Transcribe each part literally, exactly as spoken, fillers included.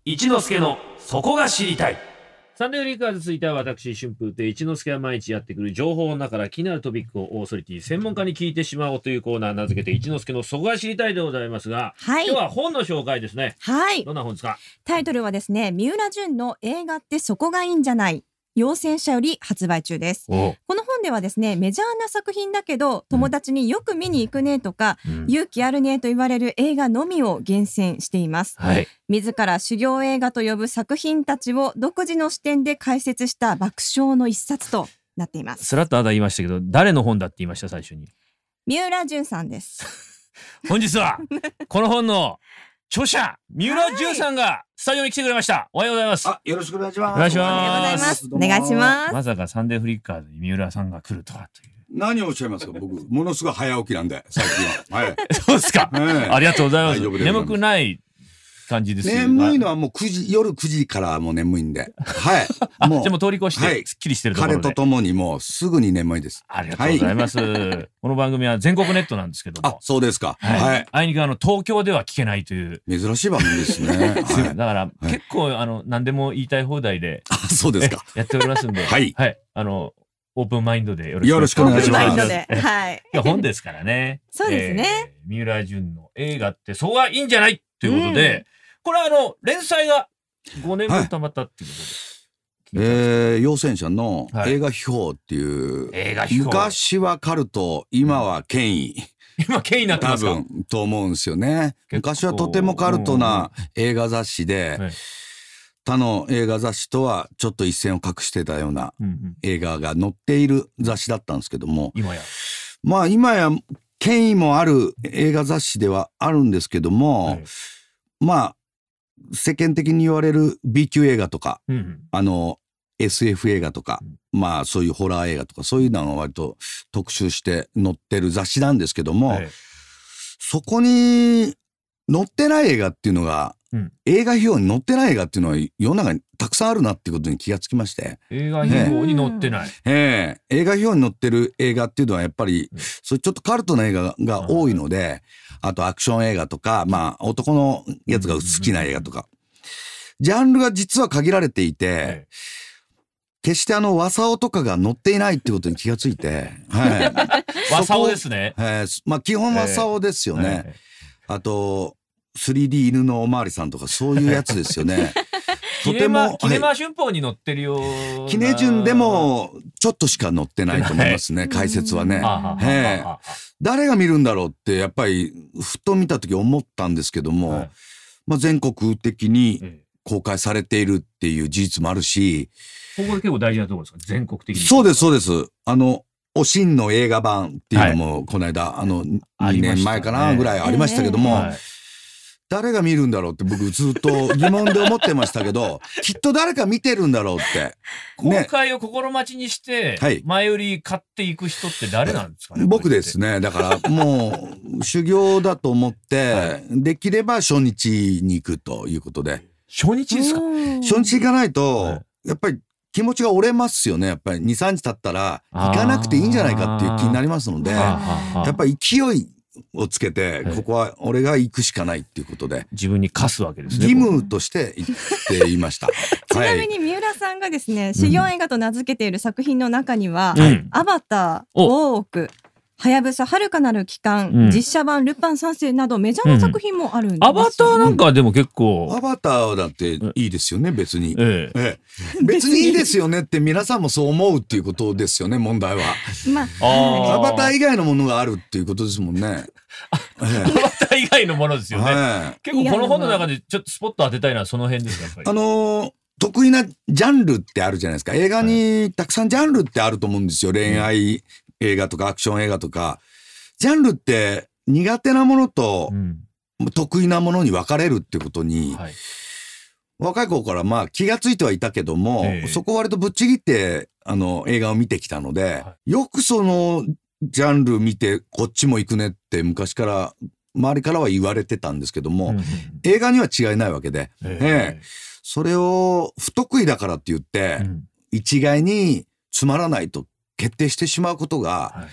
一之輔のそこが知りたい。 サンデーリーカーズ続いては私春風亭一之輔が毎日やってくる情報の中から気になるトピックをオーソリティ専門家に聞いてしまおうというコーナー、名付けて一之輔のそこが知りたいでございますが、 はい、 今日は本の紹介ですね。 はい、 どんな本ですか？ タイトルはですね、三浦淳の映画ってそこがいいんじゃない、陽戦者より発売中です。この本ではですね、メジャーな作品だけど友達によく見に行くねとか、うん、勇気あるねと言われる映画のみを厳選しています、はい、自ら修行映画と呼ぶ作品たちを独自の視点で解説した爆笑の一冊となっています。 スラッとあだ言いましたけど、誰の本だって言いました？最初に三浦淳さんです本日はこの本の著者三浦淳さんがスタジオに来てくれました。おはようございます。 あ、よろしくお願いします。 お願いします。 お願いします。 まさかサンデーフリッカーズに三浦さんが来るとはという。 何をおっしゃいますか？僕ものすごい早起きなんで最近は。はい。 そうですか、はい。ありがとうございます。眠くない感じですよ。 眠いのはもうくじ、夜くじからもう眠いんで。はい。 もうじゃあもう通り越してすっきりしてるところで。 彼とともにもうすぐに眠いです。 ありがとうございます。はい、この番組は全国ネットなんですけども。 あ、そうですか。 はい。はい、あいにくあの東京では聞けないという珍しい番組ですね。はい、 だから結構あの何でも言いたい放題で。 あ、そうですか。 やっておりますんで。 はい。 はい。あのオープンマインドでよろしくお願いします。 オープンマインドで。はい。 いや本ですからね。 そうですね。 えー、三浦淳の映画ってそこがいいんじゃないということで。うん、これはあの連載がごねんぶんたまったっていうことです。 はい、えー、陽戦者の映画秘宝っていう、はい、映画秘宝、昔はカルト、今は権威、 今権威になってますか？ 多分と思うんですよね。昔はとてもカルトな映画雑誌で、はい、他の映画雑誌とはちょっと一線を画してたような映画が載っている雑誌だったんですけども、 今やまあ今や権威もある映画雑誌ではあるんですけども、はい、まあ世間的に言われる B 級映画とか、うんうん、あの エスエフ 映画とか、うん、まあそういうホラー映画とかそういうのを割と特集して載ってる雑誌なんですけども、はい、そこに載ってない映画っていうのが、うん、映画秘宝に載ってない映画っていうのは世の中にたくさんあるなっていうことに気がつきまして、 映画秘宝に載ってない、 ええ、映画秘宝に載ってる映画っていうのはやっぱり、うん、それちょっとカルトな映画が多いので、あとアクション映画とか、まあ男のやつが好きな映画とか、ジャンルが実は限られていて、決してあの和サオとかが載っていないってことに気がついて、 はい、和サオですね。 えー、まあ基本和サオですよね。えー、あと スリーディー 犬のおまわりさんとかそういうやつですよね。 とてもキネマ春報に載ってるような、 キネ順でもちょっとしか載ってないと思いますね、解説はね。えー、誰が見るんだろうってやっぱりふと見た時思ったんですけども、はい、まあ、全国的に公開されているっていう事実もあるし、 ここが結構大事なところですか？全国的に。 そうですそうです。あのおしんの映画版っていうのもこの間、はい、あのにねんまえかなぐらいありましたけども、はい、誰が見るんだろうって僕ずっと疑問で思ってましたけどきっと誰か見てるんだろうって、 ね、公開を心待ちにして前売り買っていく人って誰なんですかね？ 僕ですね。だからもう修行だと思って、はい、できれば初日に行くということで。 初日ですか？ 初日行かないと、はい、やっぱり気持ちが折れますよね。やっぱり にさんにち経ったら行かなくていいんじゃないかっていう気になりますので、やっぱり勢いをつけて、ここは俺が行くしかないっていうことで自分に課すわけですね。 義務として言っていました。 ちなみに三浦さんがですね、修行映画と名付けている作品の中には、うん、アバター、大奥、はやぶさ遥かなる期間、うん、実写版ルパン三世などメジャーな作品もあるんですよ、ね。 アバターなんかでも結構、 アバターだっていいですよね、別に、ええええ、別にいいですよねって皆さんもそう思うっていうことですよね、問題は。まあ、アバター以外のものがあるっていうことですもんね。ええ、アバター以外のものですよね、はい、結構この本の中でちょっとスポット当てたいのはその辺ですか？やっぱりあのー得意なジャンルってあるじゃないですか。映画にたくさんジャンルってあると思うんですよ。恋愛映画とかアクション映画とか。ジャンルって苦手なものと得意なものに分かれるってことに、はい、若い頃からまあ気がついてはいたけども、えー、そこ割とぶっちぎってあの映画を見てきたので、はい、よくそのジャンル見てこっちも行くねって昔から周りからは言われてたんですけども、うん、映画には違いないわけで、えーえー、それを不得意だからって言って、うん、一概につまらないと決定してしまうことが、はい、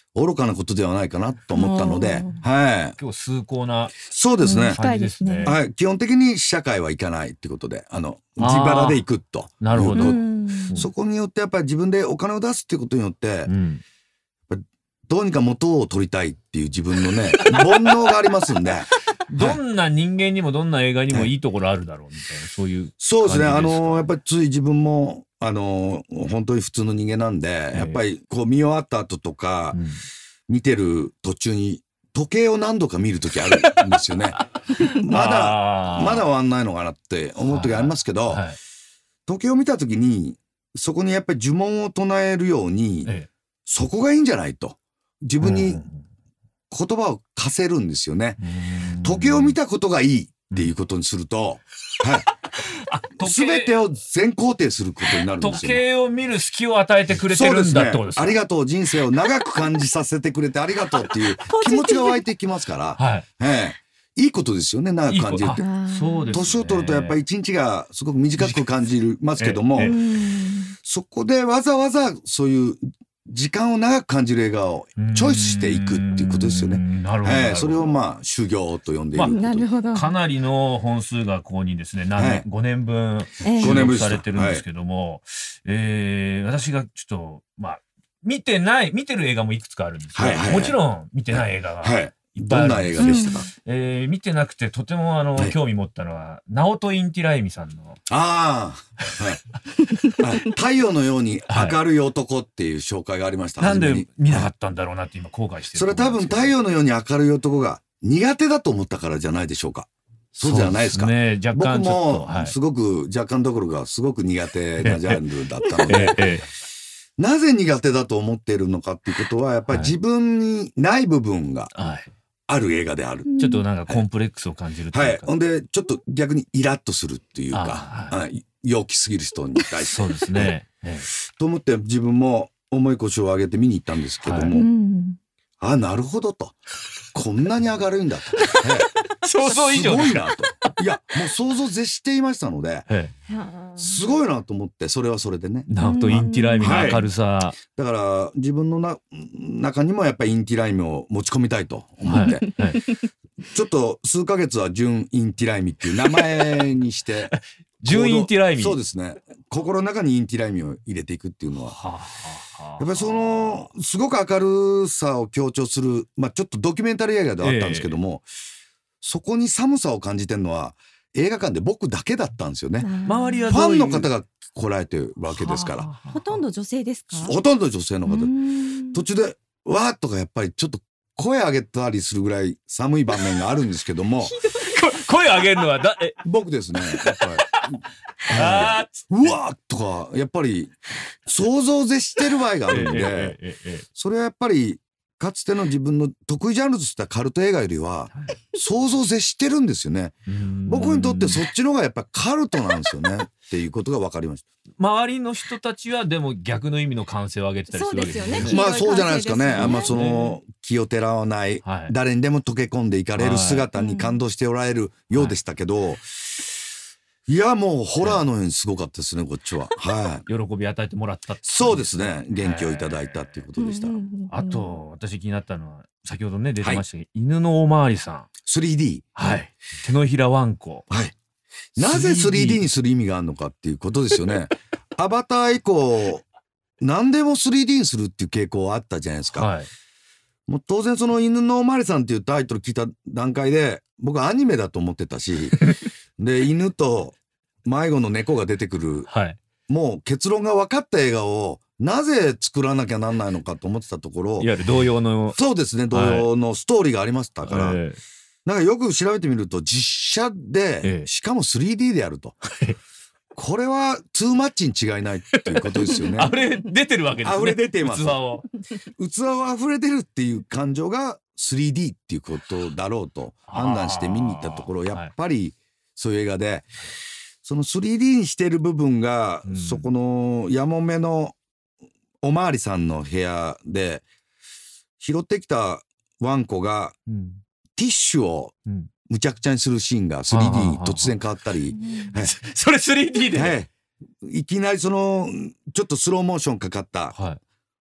愚かなことではないかなと思ったので、はい、 今日崇高なそうですね、 深いですね。 はい、基本的に社会は行かないってことで、あの自腹で行くと。 なるほど。 そこによってやっぱり自分でお金を出すっていうことによって、うん、どうにか元を取りたいっていう自分のね煩悩がありますんでどんな人間にもどんな映画にもいいところあるだろうみたいな、そういうそうですね。あのやっぱりつい自分もあの本当に普通の人間なんで、やっぱりこう見終わった後とか、うん、見てる途中に時計を何度か見る時あるんですよねまだまだ終わんないのかなって思う時ありますけど、はいはい、時計を見た時にそこにやっぱり呪文を唱えるように、ええ、そこがいいんじゃないと自分に言葉を課せるんですよね。時計を見たことがいいっていうことにすると、はい、全てを全肯定することになるんですよ、ね。時計を見る隙を与えてくれてるんだってことですか。 ありがとう、人生を長く感じさせてくれてありがとうっていう気持ちが湧いてきますから、はいええ、いいことですよね、長く感じるって。そうですね、年を取るとやっぱり一日がすごく短く感じますけども、そこでわざわざそういう時間を長く感じる映画をチョイスしていくっていうことですよね。なるほど、えー、それをまあ修行と呼んでいる、まあ、なるほど。 かなりの本数がここにですね何年、はい、ごねんぶん収録されてるんですけども、はいえー、私がちょっとまあ見てない見てる映画もいくつかあるんですけど、はいはいはい、もちろん見てない映画が、はいいっぱいあるんです。 どんな映画でしたか。 えー、見てなくてとてもあの、はい、興味持ったのはナオト・インティライミさんのああ、はい、太陽のように明るい男っていう紹介がありました。 なんで見なかったんだろうなって今後悔してる。 それは多分太陽のように明るい男が苦手だと思ったからじゃないでしょうか。そうじゃないですか。 そうですね、若干ちょっと僕もすごく、はい、若干どころかすごく苦手なジャンルだったので、ええええなぜ苦手だと思っているのかっていうことはやっぱり自分にない部分が、はいある映画である。 ちょっとなんかコンプレックスを感じるというか、 はい、ほんでちょっと逆にイラッとするっていうか、はい、陽気すぎる人に対してそうですね、ええ、 と思って自分も重い腰を上げて見に行ったんですけども、はい、あなるほどとこんなに明るいんだと、ええ、想像以上すごいなといやもう想像絶していましたので、ええ、すごいなと思ってそれはそれでね。 ナオト・インティライミの明るさ、はい、 だから自分のな中にもやっぱりインティライミを持ち込みたいと思って、はいはい、ちょっと数ヶ月は純インティライミっていう名前にして純インティライミ、 そうですね、心の中にインティライミを入れていくっていうのは、はあ、やっぱりそのすごく明るさを強調する、まあ、ちょっとドキュメンタリー映画ではあったんですけども、えー、そこに寒さを感じてるのは映画館で僕だけだったんですよね。 周りはファンの方が来られてるわけですから。 ほとんど女性ですか。 ほとんど女性の方。途中でわーっとかやっぱりちょっと声上げたりするぐらい寒い場面があるんですけども声上げるのはだえ僕ですねやっぱりあうわーとかやっぱり想像を絶してる場合があるんでそれはやっぱりかつての自分の得意ジャンルとしたカルト映画よりは想像を絶してるんですよね。僕にとってそっちの方がやっぱカルトなんですよねっていうことが分かりました。 周りの人たちはでも逆の意味の歓声を上げてたりするわけですよね。 まあそうじゃないですかね。あんまその気をてらわない、はい、誰にでも溶け込んでいかれる姿に感動しておられるようでしたけど、はいはいいやもうホラーのようにすごかったですねこっちは、はい、 喜び与えてもらったって、 そうですね元気をいただいたっていうことでした。 あと私気になったのは先ほどね出てましたけど、はい、犬のおまわりさんスリーディー、 はい、手のひらワンコ、 はい、なぜ スリーディー にする意味があるのかっていうことですよねアバター以降何でも スリーディー にするっていう傾向はあったじゃないですか、はい、もう当然その犬のおまわりさんっていうタイトル聞いた段階で僕はアニメだと思ってたしで犬と迷子の猫が出てくる、はい、もう結論が分かった映画をなぜ作らなきゃなんないのかと思ってたところ、 いわゆる同様のそうですね同様のストーリーがありましたから、はい、なんかよく調べてみると実写で、ええ、しかも スリーディー でやるとこれはツーマッチに違いないっていうことですよねあふれ出てるわけですね。 あふれ出てます。 器を器をあふれ出るっていう感情が スリーディー っていうことだろうと判断して見に行ったところやっぱりそういう映画でその スリーディー にしてる部分が、うん、そこのやもめのおまわりさんの部屋で拾ってきたワンコが、うん、ティッシュをむちゃくちゃにするシーンが スリーディー に突然変わったり、 はい、それ スリーディー で、 はい、いきなりそのちょっとスローモーションかかった、はい、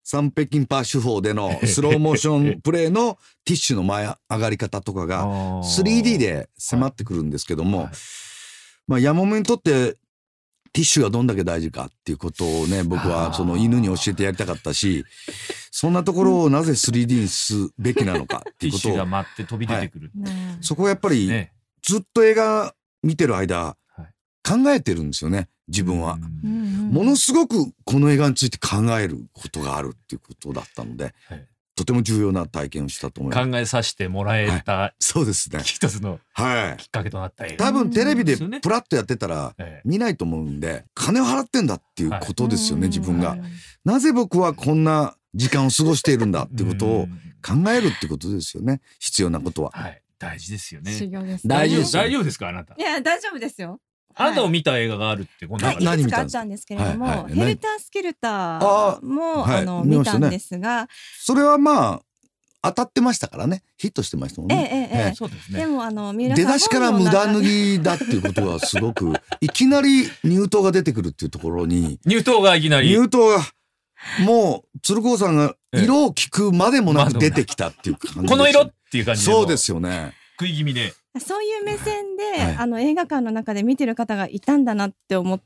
三北京パー手法でのスローモーションプレイのティッシュの前上がり方とかが スリーディー で迫ってくるんですけども、はい、まあヤモメにとってティッシュがどんだけ大事かっていうことをね、僕はその犬に教えてやりたかったし、そんなところをなぜ スリーディー にすべきなのかっていうことを、ティッシュが舞って飛び出てくる、 はい、そこはやっぱりずっと映画見てる間考えてるんですよね、自分は。ものすごくこの映画について考えることがあるっていうことだったので、はい、とても重要な体験をしたと思います。 考えさせてもらえた、はい、 そうですね、 一つのきっかけとなった映画、 多分テレビでプラッとやってたら見ないと思うんで、金を払ってんだっていうことですよね、はい、自分がなぜ僕はこんな時間を過ごしているんだっていうことを考えるってことですよね、必要なことは。 はい、大事ですよね。 修行ですね。 大丈夫、大丈夫ですか、あなた。 いや、大丈夫ですよ。 あなたを見た映画があるってこんな、 はい、いくつかあったんですけれども、はいはい、ヘルタースケルターも あ, あの、はい、見たんですが、 それはまあ当たってましたからね、ヒットしてましたもんね。 ええええ、そうですね。でもあの三浦さん出だしから無駄脱ぎだっていうことはすごくいきなり乳頭が出てくるっていうところに乳頭がいきなり乳頭がもう鶴光さんが色を聞くまでもなく出てきたっていう感じです、ね、 この色っていう感じで。 そうですよね。 食い気味で。 そういう目線で、はい、あの映画館の中で見てる方がいたんだなって思って。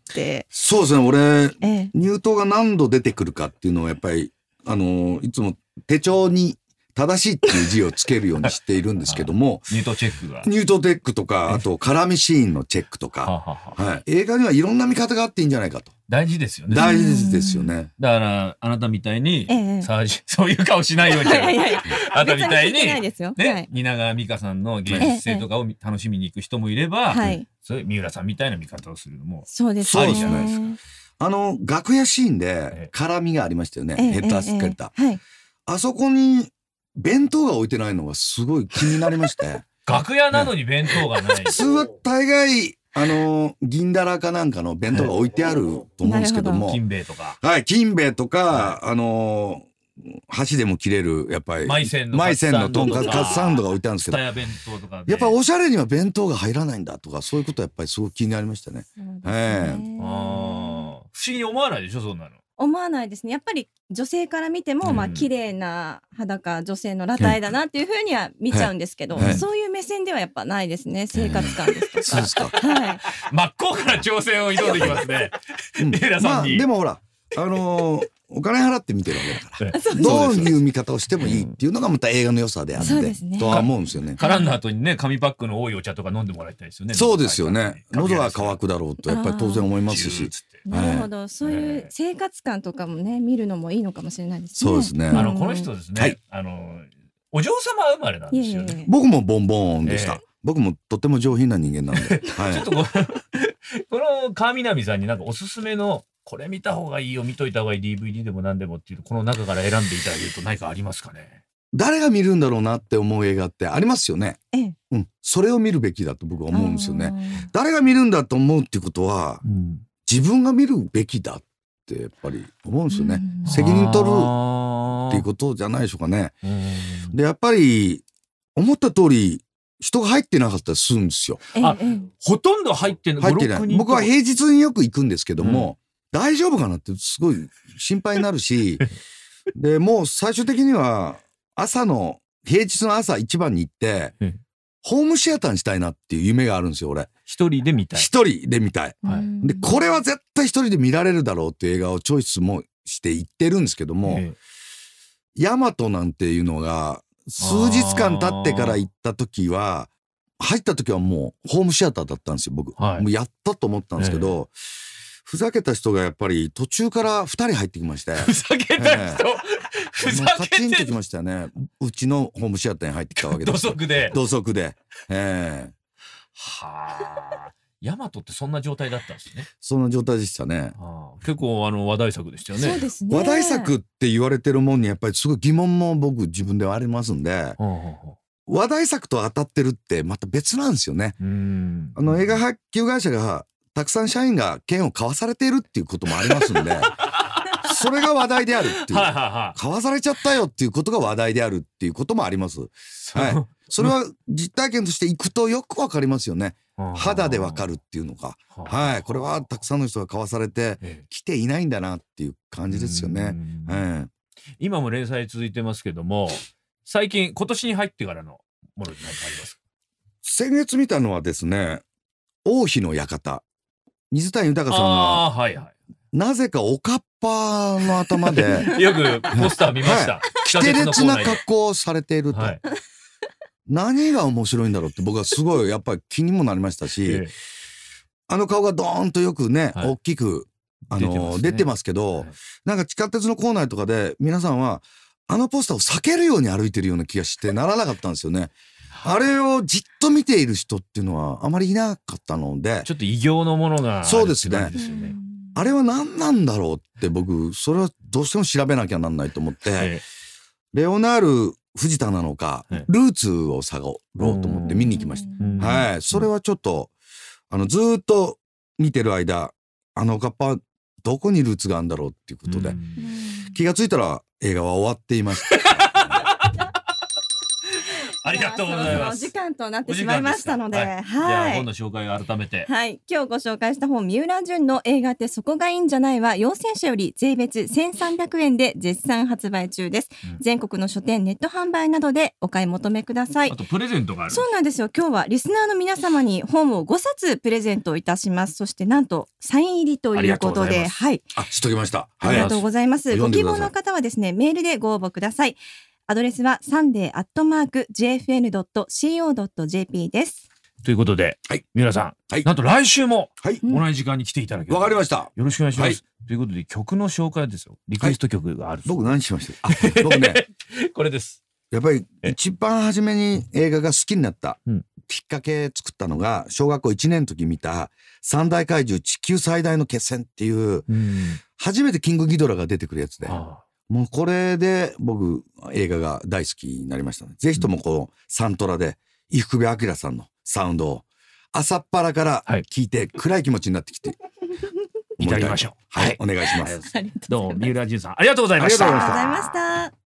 そうですね、俺、ええ、乳頭が何度出てくるかっていうのをやっぱりあのいつも手帳に正しいっていう字をつけるようにしているんですけども乳頭チェックが乳頭チェックとか、あと絡みシーンのチェックとか、はい、映画にはいろんな見方があっていいんじゃないかと。 大事ですよね。 大事ですよね。 だからあなたみたいに、ええ、さあそういう顔しないようにあなたみたいにね、蜷川実花さんの芸術性とかを楽しみに行く人もいれば、はい、そういう三浦さんみたいな見方をするのもそうですね。 そうじゃないですか。あの楽屋シーンで絡みがありましたよね、ええ、ヘッダースケルター、ええはい、あそこに弁当が置いてないのがすごい気になりまして楽屋なのに弁当がない、 普通は大概あの銀だらかなんかの弁当が置いてあると思うんですけども、 金兵衛とか、 はい、金兵衛とか、はい、あの箸でも切れるやっぱりマイセンのとんかつカツサンドが置いてあるんですけど、やっぱりおしゃれには弁当が入らないんだとか、そういうことはやっぱりすごく気になりましたね。 ええ、ああ、不思議に思わないでしょ、そんなの。 思わないですね。やっぱり女性から見ても、うん、まあ綺麗な裸女性の裸体だなっていうふうには見ちゃうんですけど、はい、そういう目線ではやっぱお金ね、生活感ですとか。 そうですか。 はい。 真っ向から挑戦を挑んできますね。 三浦さんに。まあでもほら、あのー、お金払って見てるわけだから、どういう見方をしてもいいっていうのがまた映画の良さであって、ね、とは思うんですよね。 絡んだ後にね、紙パックの多いお茶とか飲んでもらいたいですよね。 そうですよね。喉が渇くだろうとやっぱり当然思いますし。 なるほど、そういう生活感とかもね、見るのもいいのかもしれないですね。 そうですね。 あのこの人ですね、はい、あのお嬢様生まれなんですよね。 僕もボンボンでした。えー、僕もとても上品な人間なんで。 はい、ちょっとこの川南さんになんかおすすめのこれ見た方がいいよ、見といた方がいい ディーブイディー でも何でもっていうこの中から選んでいただけると何かありますかね。 誰が見るんだろうなって思う映画ってありますよね。ええ、うん、それを見るべきだと僕は思うんですよね。誰が見るんだと思うっていうことは、うん、自分が見るべきだってやっぱり思うんですよね。責任取るっていうことじゃないでしょうかね。でやっぱり思った通り人が入ってなかったりするんですよ。 あ、ほとんど入ってない。 入ってない。僕は平日によく行くんですけども、うん、大丈夫かなってすごい心配になるしでもう最終的には朝の平日の朝一番に行って、うん、ホームシアターにしたいなっていう夢があるんですよ俺。 一人で見たい。 一人で見たい、はい、でこれは絶対一人で見られるだろうっていう映画をチョイスもして行ってるんですけども、ええ、ヤマトなんていうのが数日間経ってから行った時は入った時はもうホームシアターだったんですよ僕、はい、もうやったと思ったんですけど、ええ、ふざけた人がやっぱり途中からふたり入ってきまして、 ふざけた人、ええ、ふざけてカチンときましたよね。うちのホームシアターに入ってきたわけです。 土足で土足で、ええ、 はあ、ヤマトってそんな状態だったんですね。 そんな状態でしたね。 はあ、結構あの話題作でしたよね。 そうですね。 話題作って言われてるもんにやっぱりすごい疑問も僕自分ではありますんで、はあはあ、話題作と当たってるってまた別なんですよね。うん、あの映画発給会社がたくさん社員が券を買わされているっていうこともありますんでそれが話題であるっていう、はいはいはい、買わされちゃったよっていうことが話題であるっていうこともあります。はい、それは実体験としていくとよくわかりますよね。肌でわかるっていうのか、はい、これはたくさんの人が買わされて来ていないんだなっていう感じですよね。はい、 今も連載続いてますけども、最近今年に入ってからのものに何かありますか？ 先月見たのはですね、王妃の館、水谷豊さんが、 はいはい、 なぜかおかっぱの頭でよくポスター見ました、はい、 奇て烈な格好をされていると、はい、何が面白いんだろうって僕はすごいやっぱり気にもなりましたし、ええ、あの顔がドーンとよくね、はい、大きくあの出てますね、出てますけど、はい、なんか地下鉄の構内とかで皆さんはあのポスターを避けるように歩いてるような気がしてならなかったんですよね。あれをじっと見ている人っていうのはあまりいなかったので、 ちょっと異形のものがあるって感じですよね。そうですね。 あれは何なんだろうって僕それはどうしても調べなきゃなんないと思って、はい、レオナール藤田なのか、はい、ルーツを探ろうと思って見に行きました。はい、それはちょっとあのずっと見てる間、あのおかっぱどこにルーツがあるんだろうっていうことで気がついたら映画は終わっていました。 ありがとうございます。 お時間となってしまいましたので、はい。 はい、じゃあ本の紹介を改めて。 はい。今日ご紹介した本、三浦淳の映画ってそこがいいんじゃないは、陽性者より税別せんさんびゃくえんで絶賛発売中です。うん、全国の書店、ネット販売などでお買い求めください。 あとプレゼントがある。 そうなんですよ。今日はリスナーの皆様に本をごさつプレゼントいたします。そしてなんとサイン入りということで、はい。 あ、しときました。 ありがとうございます。ご希望の方はですね、メールでご応募ください。アドレスはサンデーアットマーク ジェーエフエヌドットシーオードットジェーピー です。 ということで、はい、三浦さん、はい、なんと来週も同じ時間に来ていただける。 わかりました。 よろしくお願いします。はい、ということで曲の紹介ですよ。リクエスト曲がある。 はい、僕何しました？あ、僕ね、 これです。 やっぱり一番初めに映画が好きになったきっかけ作ったのが小学校いちねんの時見た三大怪獣地球最大の決戦っていう、うん、初めてキングギドラが出てくるやつで。ああ、もうこれで僕映画が大好きになりましたね。ぜひともこのサントラで伊福部明さんのサウンドを朝っぱらから聞いて暗い気持ちになってきていただきましょう。 はい、はい、お願いします。 どうも三浦淳さんありがとうございました。 ありがとうございました。